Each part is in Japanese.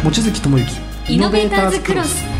望月智之イノベーターズクロス。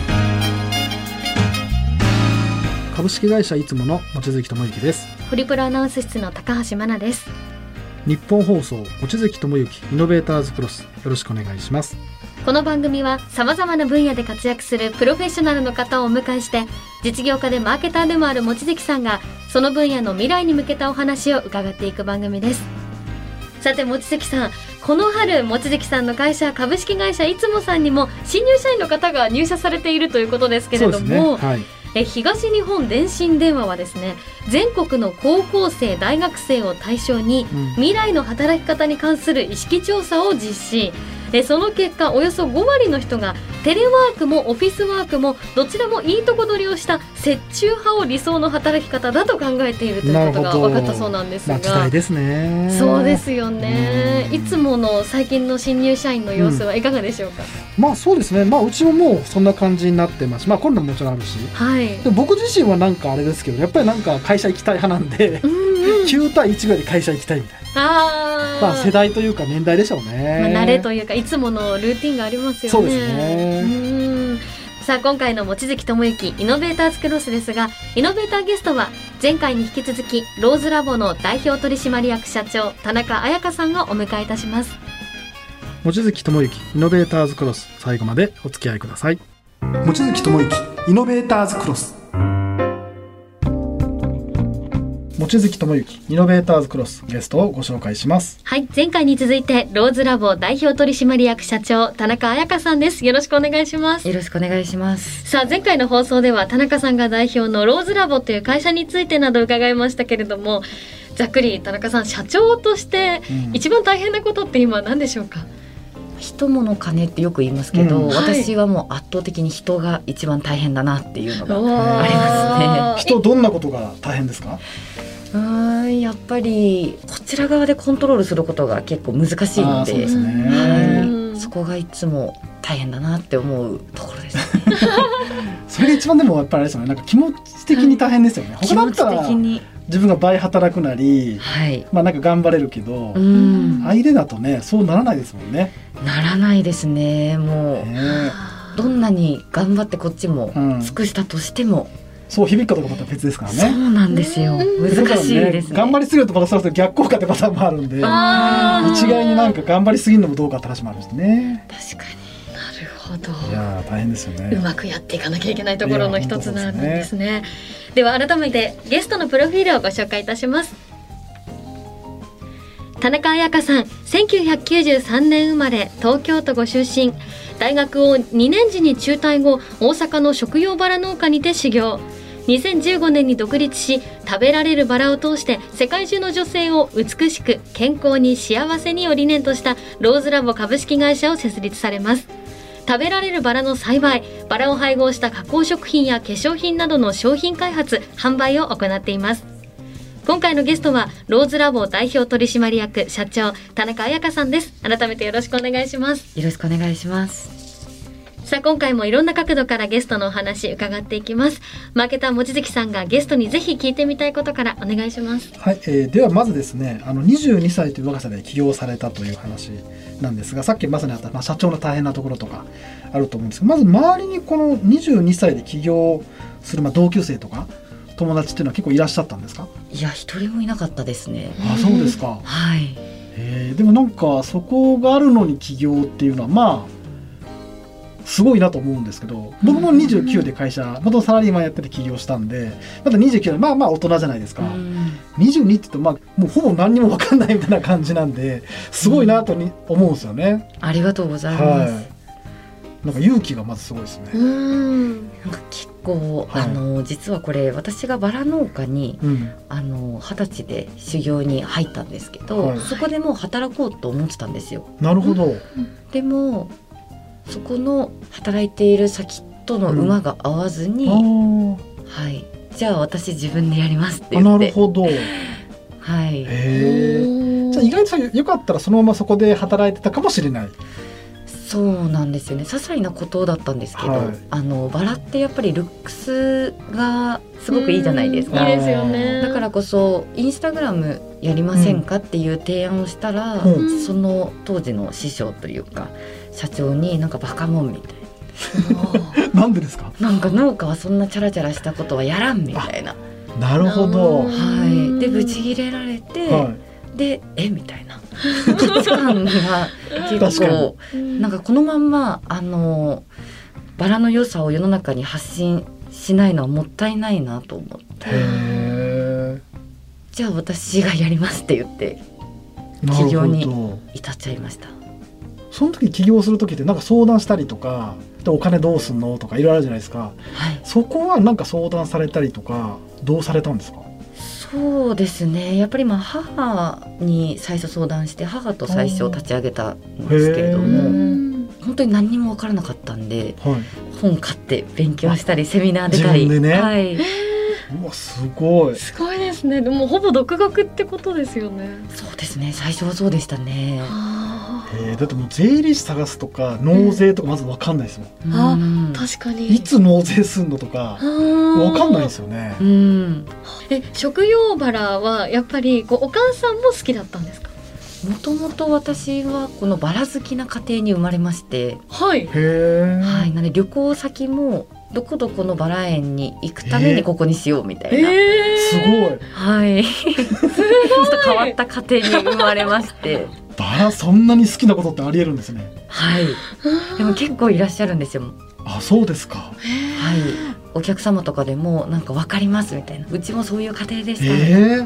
株式会社いつもの望月智之です。 ホリプロアナウンス室の高橋真奈です。 日本放送望月智之イノベーターズクロス、よろしくお願いします。 この番組はさまざまな分野で活躍するプロフェッショナルの方をお迎えして、実業家でマーケターでもある望月さんがその分野の未来に向けたお話を伺っていく番組です。さて望月さん、この春望月さんの会社株式会社いつもさんにも新入社員の方が入社されているということですけれども、東日本電信電話はですね、全国の高校生大学生を対象に未来の働き方に関する意識調査を実施。その結果およそ5割の人がテレワークもオフィスワークもどちらもいいとこ取りをした折衷派を理想の働き方だと考えているということが分かったそうなんですが、 時代ですね。 そうですよね。いつもの最近の新入社員の様子はいかがでしょうか。 そうですね、うちももうそんな感じになってます。コロナももちろんあるし、で僕自身はなんかあれですけど、やっぱりなんか会社行きたい派なんで、9対1ぐらいで会社行きたいみたいな、世代というか年代でしょうね。 慣れというかいつものルーティンがありますよね。 そうですね。 さあ今回の望月智之イノベーターズクロスですが、イノベーターゲストは前回に引き続きローズラボの代表取締役社長田中彩香さんをお迎えいたします。 望月智之イノベーターズクロス、最後までお付き合いください。望月智之イノベーターズクロス、望月智之イノベーターズクロス、ゲストをご紹介します。 はい、前回に続いてローズラボ代表取締役社長田中彩香さんです。よろしくお願いします。 よろしくお願いします。 さあ前回の放送では田中さんが代表のローズラボという会社についてなど伺いましたけれども、ざっくり田中さん、社長として一番大変なことって今は何でしょうか。 人物金ってよく言いますけど、私はもう圧倒的に人が一番大変だなっていうのがありますね。 人、どんなことが大変ですか。 やっぱりこちら側でコントロールすることが結構難しいので、そこがいつも大変だなって思うところですね。 それが一番でもやっぱりあれですよね、なんか気持ち的に大変ですよね。 気持ち的に自分が倍働くなり、なんか頑張れるけど、相手だとねそうならないですもんね。 ならないですね。もうどんなに頑張ってこっちも尽くしたとしても、 そう響くかどうかまた別ですからね。 そうなんですよ。難しいですね。 頑張りすぎるとまたそれと逆効果ってパターンもあるんで、一概になんか頑張りすぎるのもどうかって話もあるんですね。 確かに。なるほど。 いや大変ですよね。 うまくやっていかなきゃいけないところの一つなんですね。では改めてゲストのプロフィールをご紹介いたします。田中彩香さん、1993年生まれ、東京都ご出身。大学を2年時に中退後、大阪の食用バラ農家にて修行。2015年に独立し、食べられるバラを通して世界中の女性を美しく健康に幸せにを理念としたローズラボ株式会社を設立されます。食べられるバラの栽培、バラを配合した加工食品や化粧品などの商品開発・販売を行っています。今回のゲストはローズラボ代表取締役社長田中彩香さんです。改めてよろしくお願いします。 よろしくお願いします。 さあ今回もいろんな角度からゲストのお話伺っていきます。マーケター望月さんがゲストにぜひ聞いてみたいことからお願いします。 はい、ではまずですね、22歳という若さで起業されたという話なんですが、さっきまさにあった、社長の大変なところとかあると思うんですが、まず周りにこの22歳で起業する、同級生とか友達っていうのは結構いらっしゃったんですか。 いや一人もいなかったですね。 そうですか。 はい。 でもなんかそこがあるのに起業っていうのはすごいなと思うんですけど、僕も29で会社元サラリーマンやってて起業したんで、まだ29で大人じゃないですか。22って言うともうほぼ何にも分かんないみたいな感じなんで、すごいなと思うんですよね。 ありがとうございます。 なんか勇気がまずすごいですね。 なんか結構、実はこれ私がバラ農家に、20歳で修行に入ったんですけど、そこでもう働こうと思ってたんですよ。 なるほど。でもそこの働いている先との馬が合わずに、じゃあ私自分でやりますって言って。 なるほど。じゃあ意外とよかったらそのままそこで働いてたかもしれない。 そうなんですよね。些細なことだったんですけど、バラってやっぱりルックスがすごくいいじゃないですか。 いいですよね。 だからこそインスタグラムやりませんかっていう提案をしたら、その当時の師匠というか社長になんかバカもんみたいななんでですか？ なんか農家はそんなチャラチャラしたことはやらんみたいな。 なるほど。 はい。でブチギレられて、でみたいな価値観が結構なんかこのまんまバラの良さを世の中に発信しないのはもったいないなと思って、じゃあ私がやりますって言って起業に至っちゃいました。 その時起業する時ってなんか相談したりとか、お金どうすんのとかいろいろあるじゃないですか、はい、そこはなんか相談されたりとかどうされたんですか？ そうですね、やっぱり母に最初相談して、母と最初立ち上げたんですけれども、本当に何にも分からなかったんで、本買って勉強したりセミナー出たり、 自分でね、 はい、 うわすごいですね。でもほぼ独学ってことですよね。 そうですね、最初はそうでしたね。 だってもう税理士探すとか納税とかまず分かんないですもん、確かにいつ納税すんのとか分かんないですよね。 食用バラはやっぱりお母さんも好きだったんですか？ もともと私はこのバラ好きな家庭に生まれまして、 はい、 はい、なので旅行先もどこどこのバラ園に行くためにここにしようみたいな、 すごい、 はいちょっと変わった家庭に生まれましてバラそんなに好きなことってありえるんですね。 はい、でも結構いらっしゃるんですよ。 あ、そうですか。 はい、お客様とかでもなんか分かりますみたいな、うちもそういう家庭でした、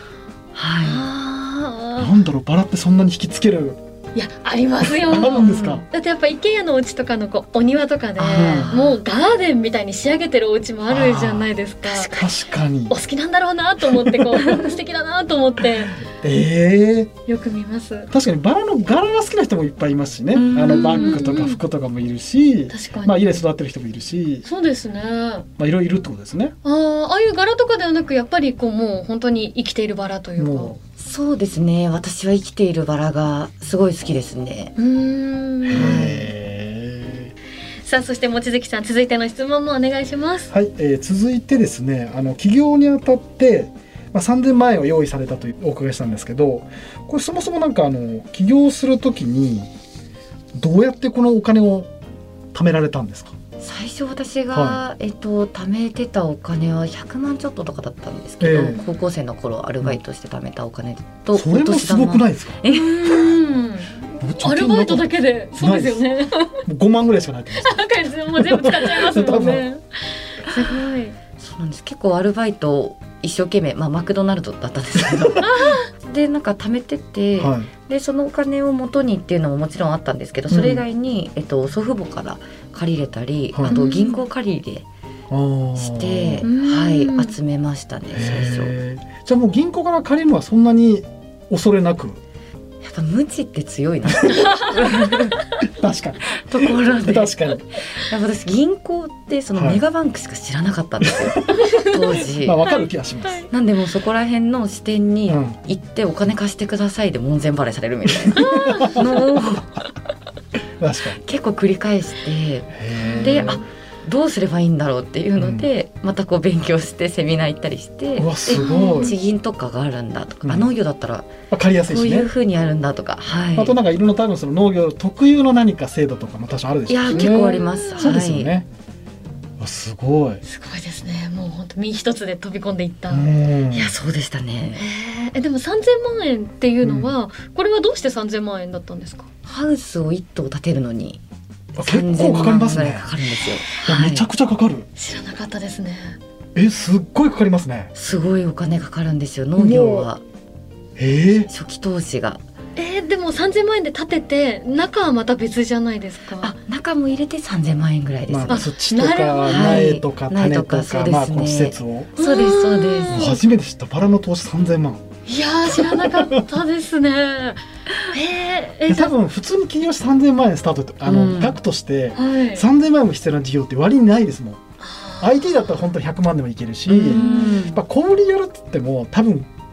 はい、なんだろう、バラってそんなに引きつける？ いや、ありますよ。 あるんですか？ だってやっぱ一軒家のお家とかのお庭とかでもうガーデンみたいに仕上げてるお家もあるじゃないですか。 確かにお好きなんだろうなと思って素敵だなと思ってよく見ます。 確かにバラの柄が好きな人もいっぱいいますしね。バッグとか服とかもいるし、家で育ってる人もいるし、 そうですね、 いろいろいるってことですね。 ああいう柄とかではなく、やっぱりもう本当に生きているバラというか。 そうですね、私は生きているバラがすごい好きですね。 さあ、そして望月さん、続いての質問もお願いします。 はい、続いてですね、起業にあたって、3000万円を用意されたとお伺いしたんですけど、これそもそもなんか起業するときにどうやってこのお金を貯められたんですか？ 最初私が、貯めてたお金は100万ちょっととかだったんですけど、高校生の頃アルバイトして貯めたお金と、 それもすごくないですか？ アルバイトだけでそうですよね。 5万ぐらいしかないってますもう全部使っちゃいますもんね。すごい。 そうなんです。結構アルバイト一生懸命、マクドナルドだったんですけどでなんか貯めてて、でそのお金を元にっていうのももちろんあったんですけど、それ以外に、祖父母から借りれたり、あと銀行借り入れして、集めましたね、最初。 じゃあもう銀行から借りるのはそんなに恐れなく？ やっぱ無知って強いな確かにところで、 確かに私銀行ってそのメガバンクしか知らなかったんですよ、当時。 分かる気がします。 なんでもうそこら辺の支店に行ってお金貸してくださいで門前払いされるみたいなのを結構繰り返して、でどうすればいいんだろうっていうので、また勉強してセミナー行ったりして、地銀とかがあるんだとか、農業だったら借りやすいしね、 こういう風にやるんだとか、 あとなんかいろんな多分その農業特有の何か制度とかも多少あるでしょうね。 いや結構あります。 そうですよね。すごいですね。もう本当身一つで飛び込んでいった。 いやそうでしたね。 でも3000万円っていうのは、これはどうして3000万円だったんですか？ ハウスを1棟建てるのに結構かかりますね。 かかるんですよ。 めちゃくちゃかかる。 知らなかったですね。 すっごいかかりますね。 すごいお金かかるんですよ、農業は。 初期投資が。 でも3000万円で建てて、中はまた別じゃないですか？ 中も入れて3000万円ぐらいです。 土とか苗とか種とか、この施設を。 そうですそうです。 初めて知った。バラの投資3000万。 いや知らなかったですね。 多分普通に起業して3000万円スタート額として3000万円も必要な事業って割にないですもん。IT だったら本当に100万でもいけるし、小売りやるって言っても多分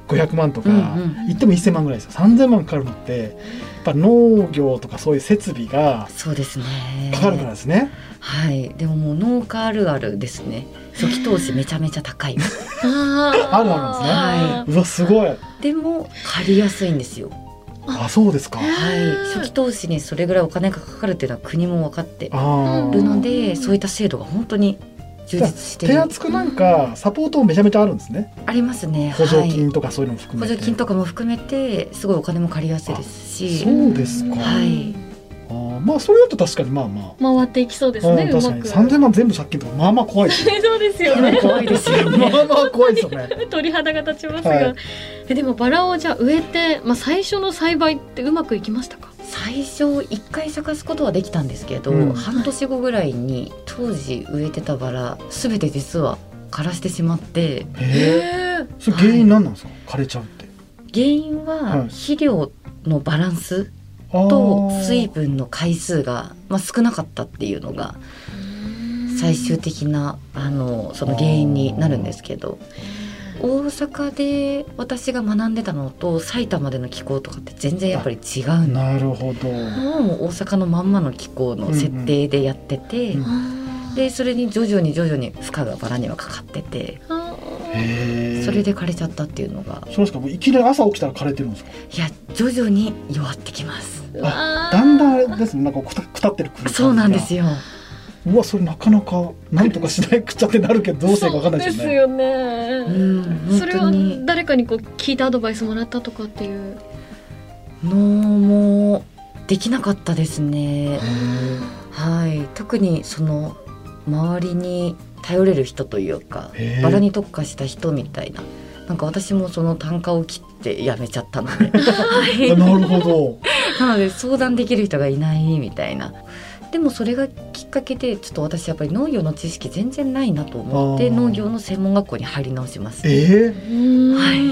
500万とか、 うんうん言っても1000万ぐらいですよ。3000万かかるのってやっぱ農業とかそういう設備がそうですね。 かかるからですね。 はい。でももう農家あるあるですね。初期投資めちゃめちゃ高い。 ああるあるんですね。うわすごい。 でも借りやすいんですよ。 あ、そうですか。 はい。初期投資にそれぐらいお金がかかるっていうのは国も分かってあるので、そういった制度が本当に充実してる。 手厚くなんかサポートもめちゃめちゃあるんですね。 ありますね。 補助金とかそういうのも含めて。 補助金とかも含めてすごいお金も借りやすいですし。 そうですか。 はい。 まあそれだと確かにまあまあ回っていきそうですね。う確かにまく。 3000万全部借金とかまあまあ怖いですよ。 そうですよね。 怖いですよね。 まあまあ怖いですよね。 鳥肌が立ちますが、 はいでもバラをじゃあ植えて、最初の栽培ってうまくいきましたか？ 最初1回咲かすことはできたんですけど、 うん半年後ぐらいに当時植えてたバラ全て実は枯らしてしまってそれ原因何なんですか、枯れちゃうって。 原因ははい肥料のバランスあーと水分の回数が、少なかったっていうのが最終的なその原因になるんですけど、大阪で私が学んでたのと埼玉での気候とかって全然やっぱり違うんで、 なるほど。 もう大阪のまんまの気候の設定でやってて、でそれに徐々に負荷がバラにはかかってて、 へーそれで枯れちゃったっていうのが、 そうですか。もういきなり朝起きたら枯れてるんですか。 いや徐々に弱ってきます。 だんだんあれですね、なんかくたってるくる。 そうなんですよ。 うわ、それなかなかなんとかしないくちゃってなるけどどうしていいか分かんないですよね。 そうですよね。それは本当に誰かに聞いたアドバイスもらったとかっていうのもできなかったですね。はい。特にその周りに頼れる人というか、バラに特化した人みたいな、なんか私もその単価を切ってやめちゃったので、はい、 なるほど。 なので相談できる人がいないみたいな。でもそれがきっかけでちょっと私やっぱり農業の知識全然ないなと思って農業の専門学校に入り直します。はい。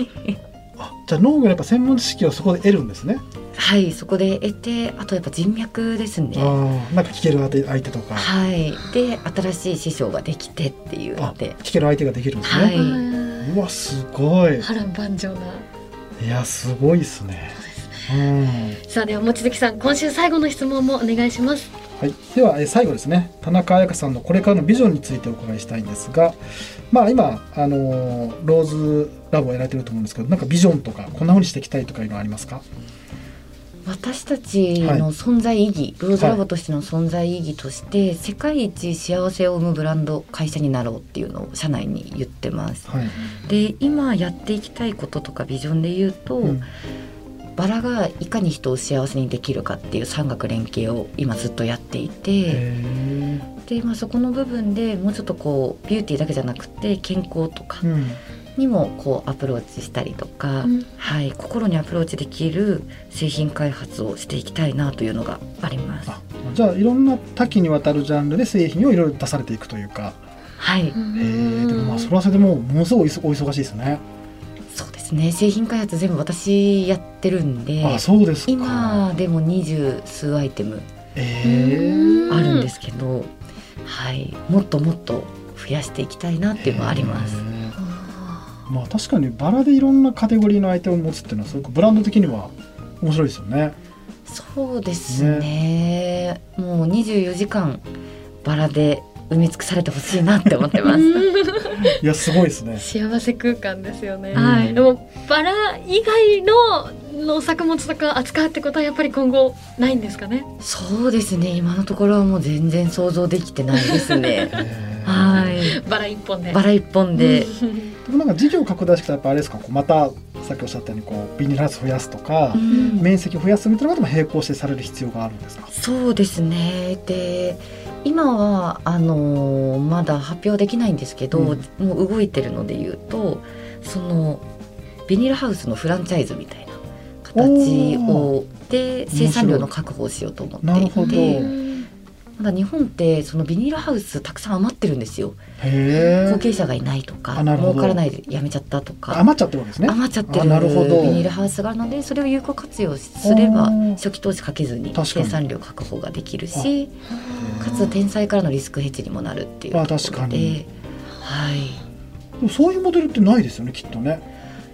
じゃあ農業のやっぱ専門知識をそこで得るんですね。 はい、そこで得て、あとやっぱ人脈ですね。 なんか聞ける相手とか。 はい。で新しい師匠ができてっていうので、 聞ける相手ができるんですね。 はい。 うわすごい。 波乱万丈な。 いやすごいですね。 さあでは望月さん、今週最後の質問もお願いします。 はい、では最後ですね、田中彩香さんのこれからのビジョンについてお伺いしたいんですが、今ローズラボをやられてると思うんですけど、なんかビジョンとかこんな風にしていきたいとかいうのはありますか？ 私たちの存在意義、ローズラボとしての存在意義として、世界一幸せを生むブランド会社になろうっていうのを社内に言ってます。で今やっていきたいこととかビジョンで言うと、バラがいかに人を幸せにできるかっていう産学連携を今ずっとやっていて、で、そこの部分でもうちょっとビューティーだけじゃなくて健康とかにもアプローチしたりとか、はい、心にアプローチできる製品開発をしていきたいなというのがあります。 じゃあいろんな多岐にわたるジャンルで製品をいろいろ出されていくというか。 はい。 でもそれはそれでものすごいお忙しいですね。 そうですね。製品開発全部私やってるんで、 そうですか。 今でも20数アイテムあるんですけど、はい、もっともっと増やしていきたいなっていうのはあります。 確かにバラでいろんなカテゴリーのアイテムを持つっていうのはすごくブランド的には面白いですよね。 そうですね。もう24時間バラで埋め尽くされてほしいなって思ってます。 いやすごいですね。 幸せ空間ですよね。でもバラ以外の農作物とか扱うってことはやっぱり今後ないんですかね？ そうですね。今のところはもう全然想像できてないですね。はい。 バラ一本で。 バラ一本で。 でもなんか事業拡大してきたらやっぱあれですか、またさっきおっしゃったようにビニールハウス増やすとか、面積を増やすみたいなことも並行してされる必要があるんですか？ そうですね。で今はまだ発表できないんですけど、もう動いてるので言うと、そのビニールハウスのフランチャイズみたいな形で生産量の確保をしようと思っていて、まだ日本ってそのビニールハウスたくさん余ってるんですよ。後継者がいないとか、儲からないでやめちゃったとか、 余っちゃってるわけですね。 余っちゃってるビニールハウスがあるので、それを有効活用すれば初期投資かけずに生産量確保ができるし、かつ天災からのリスクヘッジにもなるっていうところで、はい。 そういうモデルってないですよね、きっとね。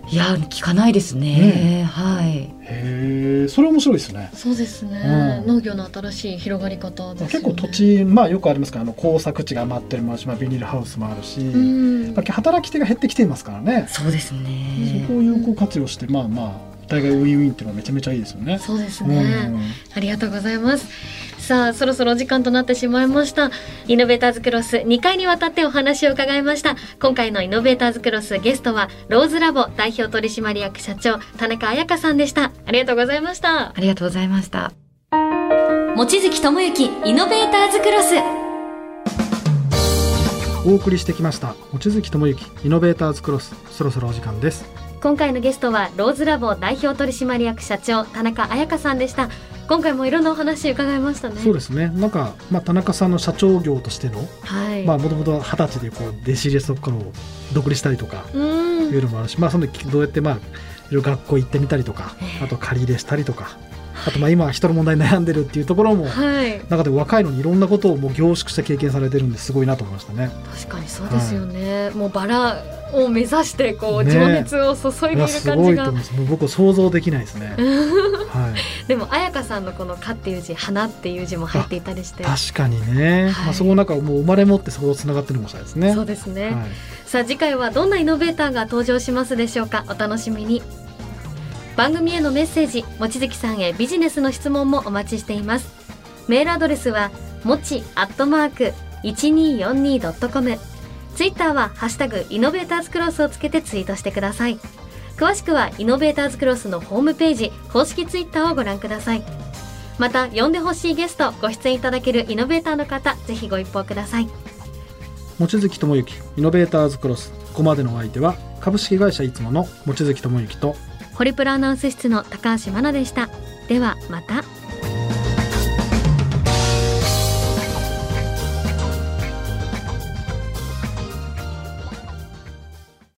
いや聞かないですね、はい。 へえ、それ面白いですね。 そうですね、農業の新しい広がり方ですよね。 結構土地、よくありますから耕作地が余ってるもあるし、ビニールハウスもあるし、働き手が減ってきていますからね。 そうですね。 そこを有効活用して、お互いウィンウィンっていうのはめちゃめちゃいいですよね。 そうですね、ありがとうございます。さあそろそろお時間となってしまいました。イノベーターズクロス2回にわたってお話を伺いました。今回のイノベーターズクロスゲストはローズラボ代表取締役社長田中彩香さんでした。ありがとうございました。 ありがとうございました。 望月智之イノベーターズクロス、 お送りしてきました望月智之イノベーターズクロス、そろそろお時間です。 今回のゲストはローズラボ代表取締役社長田中彩香さんでした。今回もいろんなお話伺いましたね。 そうですね。田中さんの社長業としてのもともと20歳で弟子入れそこから独立したりとかいうのもあるし、その時どうやっていろいろ学校行ってみたりとか、あと借り入れしたりとか、あと今人の問題に悩んでるっていうところも、中で若いのにいろんなことを凝縮した経験されてるんですごいなと思いましたね。 確かにそうですよね、もうバラを目指して情熱を注いでいる感じが、 すごいと思います。もう僕は想像できないですね。 でも彩香さんのこの花っていう字、花っていう字も入っていたりして、 確かにね、そこもう生まれ持ってそこをつながってるかもしれないですね。 そうですね、さあ次回はどんなイノベーターが登場しますでしょうか。お楽しみに。番組へのメッセージ、望月さんへビジネスの質問もお待ちしています。メールアドレスはもち@1242.com、ツイッターはハッシュタグイノベーターズクロスをつけてツイートしてください。詳しくはイノベーターズクロスのホームページ公式ツイッターをご覧ください。また呼んでほしいゲスト、ご出演いただけるイノベーターの方、ぜひご一報ください。 望月智之イノベーターズクロス、ここまでのお相手は株式会社いつもの望月智之とホリプロアナウンス室の高橋真奈でした。ではまた。